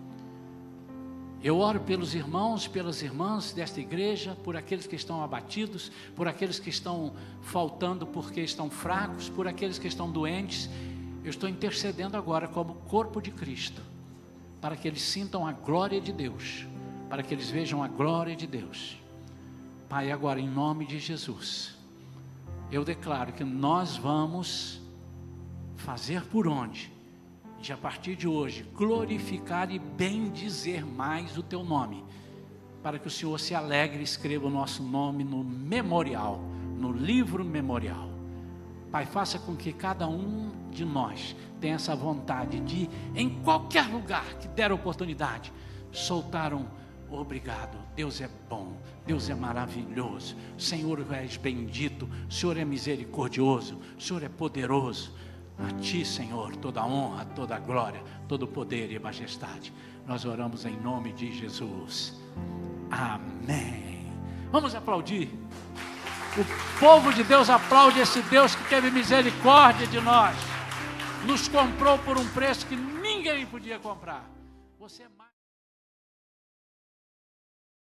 Eu oro pelos irmãos, pelas irmãs desta igreja, por aqueles que estão abatidos, por aqueles que estão faltando porque estão fracos, por aqueles que estão doentes. Eu estou intercedendo agora como corpo de Cristo, para que eles sintam a glória de Deus, para que eles vejam a glória de Deus. Pai, agora em nome de Jesus, eu declaro que nós vamos fazer por onde, de a partir de hoje, glorificar e bendizer mais o Teu nome, para que o Senhor se alegre e escreva o nosso nome no memorial, no livro memorial. Pai, faça com que cada um de nós tenha essa vontade de, em qualquer lugar que der oportunidade, soltar um obrigado. Deus é bom, Deus é maravilhoso, Senhor, és bendito, o Senhor é misericordioso, o Senhor é poderoso. A Ti, Senhor, toda a honra, toda a glória, todo o poder e majestade. Nós oramos em nome de Jesus. Amém. Vamos aplaudir. O povo de Deus aplaude esse Deus que teve misericórdia de nós. Nos comprou por um preço que ninguém podia comprar. Você